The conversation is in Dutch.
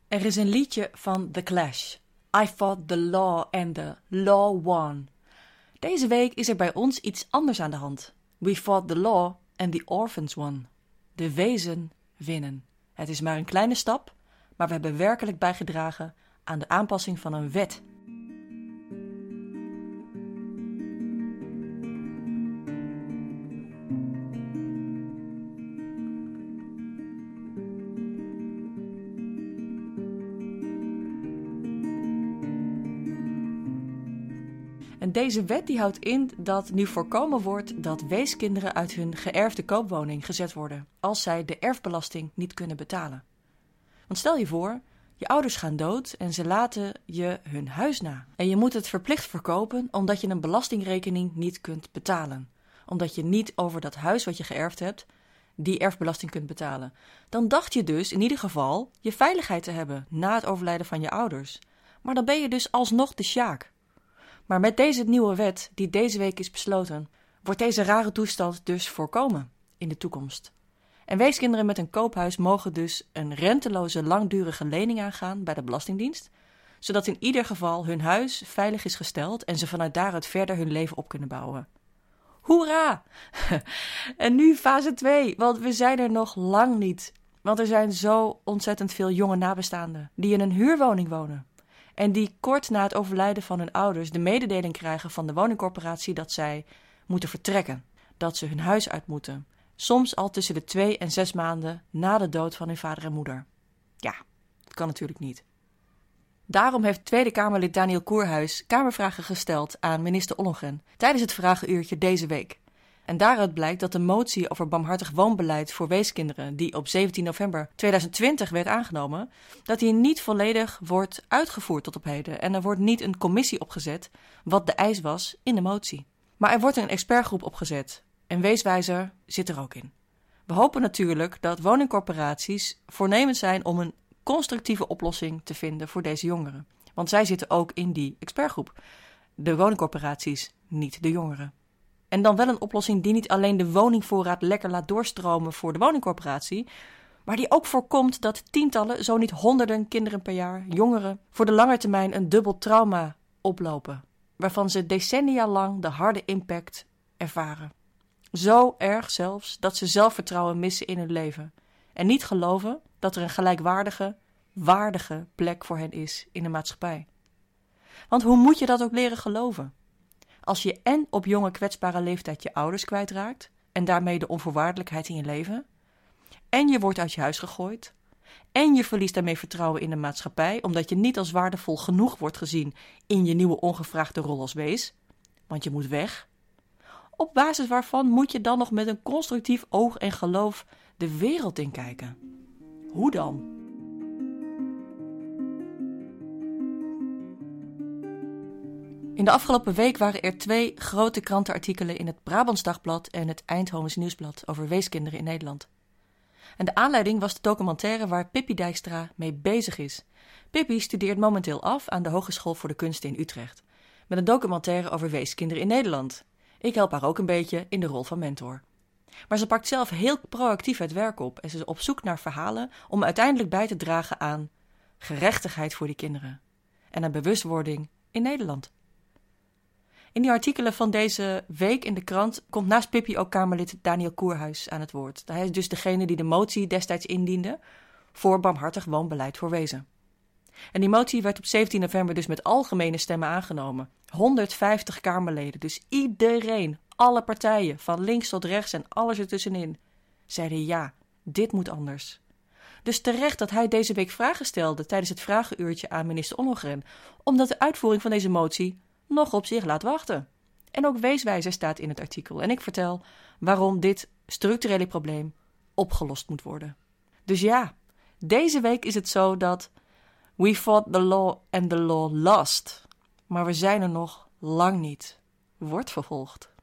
Er is een liedje van The Clash. I fought the law and the law won. Deze week is er bij ons iets anders aan de hand. We fought the law and the orphans won. De wezen winnen. Het is maar een kleine stap, maar we hebben werkelijk bijgedragen aan de aanpassing van een wet. En deze wet die houdt in dat nu voorkomen wordt dat weeskinderen uit hun geërfde koopwoning gezet worden als zij de erfbelasting niet kunnen betalen. Want stel je voor, je ouders gaan dood en ze laten je hun huis na. En je moet het verplicht verkopen omdat je een belastingrekening niet kunt betalen. Omdat je niet over dat huis wat je geërfd hebt, die erfbelasting kunt betalen. Dan dacht je dus in ieder geval je veiligheid te hebben na het overlijden van je ouders. Maar dan ben je dus alsnog de sjaak. Maar met deze nieuwe wet, die deze week is besloten, wordt deze rare toestand dus voorkomen in de toekomst. En weeskinderen met een koophuis mogen dus een renteloze langdurige lening aangaan bij de Belastingdienst, zodat in ieder geval hun huis veilig is gesteld en ze vanuit daaruit verder hun leven op kunnen bouwen. Hoera! En nu fase 2, want we zijn er nog lang niet. Want er zijn zo ontzettend veel jonge nabestaanden die in een huurwoning wonen. En die kort na het overlijden van hun ouders de mededeling krijgen van de woningcorporatie dat zij moeten vertrekken. Dat ze hun huis uit moeten. Soms al tussen de 2 en 6 maanden na de dood van hun vader en moeder. Ja, dat kan natuurlijk niet. Daarom heeft Tweede Kamerlid Daniel Koerhuis kamervragen gesteld aan minister Ollongren tijdens het vragenuurtje deze week. En daaruit blijkt dat de motie over barmhartig woonbeleid voor weeskinderen, die op 17 november 2020 werd aangenomen, dat die niet volledig wordt uitgevoerd tot op heden. En er wordt niet een commissie opgezet, wat de eis was in de motie. Maar er wordt een expertgroep opgezet. En Weeswijzer zit er ook in. We hopen natuurlijk dat woningcorporaties voornemens zijn om een constructieve oplossing te vinden voor deze jongeren. Want zij zitten ook in die expertgroep. De woningcorporaties, niet de jongeren. En dan wel een oplossing die niet alleen de woningvoorraad lekker laat doorstromen voor de woningcorporatie, maar die ook voorkomt dat tientallen, zo niet honderden kinderen per jaar, jongeren, voor de lange termijn een dubbel trauma oplopen, waarvan ze decennia lang de harde impact ervaren. Zo erg zelfs dat ze zelfvertrouwen missen in hun leven en niet geloven dat er een gelijkwaardige, waardige plek voor hen is in de maatschappij. Want hoe moet je dat ook leren geloven? Als je en op jonge kwetsbare leeftijd je ouders kwijtraakt en daarmee de onvoorwaardelijkheid in je leven, en je wordt uit je huis gegooid, en je verliest daarmee vertrouwen in de maatschappij omdat je niet als waardevol genoeg wordt gezien in je nieuwe ongevraagde rol als wees, want je moet weg. Op basis waarvan moet je dan nog met een constructief oog en geloof de wereld inkijken? Hoe dan? In de afgelopen week waren er 2 grote krantenartikelen in het Brabants Dagblad en het Eindhovens Nieuwsblad over weeskinderen in Nederland. En de aanleiding was de documentaire waar Pippi Dijkstra mee bezig is. Pippi studeert momenteel af aan de Hogeschool voor de Kunsten in Utrecht, met een documentaire over weeskinderen in Nederland. Ik help haar ook een beetje in de rol van mentor. Maar ze pakt zelf heel proactief het werk op en ze is op zoek naar verhalen om uiteindelijk bij te dragen aan gerechtigheid voor die kinderen en aan bewustwording in Nederland. In die artikelen van deze week in de krant komt naast Pippi ook Kamerlid Daniel Koerhuis aan het woord. Hij is dus degene die de motie destijds indiende voor barmhartig woonbeleid voor wezen. En die motie werd op 17 november dus met algemene stemmen aangenomen. 150 Kamerleden, dus iedereen, alle partijen, van links tot rechts en alles ertussenin, zeiden ja, dit moet anders. Dus terecht dat hij deze week vragen stelde tijdens het vragenuurtje aan minister Ollongren, omdat de uitvoering van deze motie nog op zich laat wachten. En ook Weeswijzer staat in het artikel en ik vertel waarom dit structurele probleem opgelost moet worden. Dus ja, deze week is het zo dat we fought the law and the law lost. Maar we zijn er nog lang niet. Wordt vervolgd.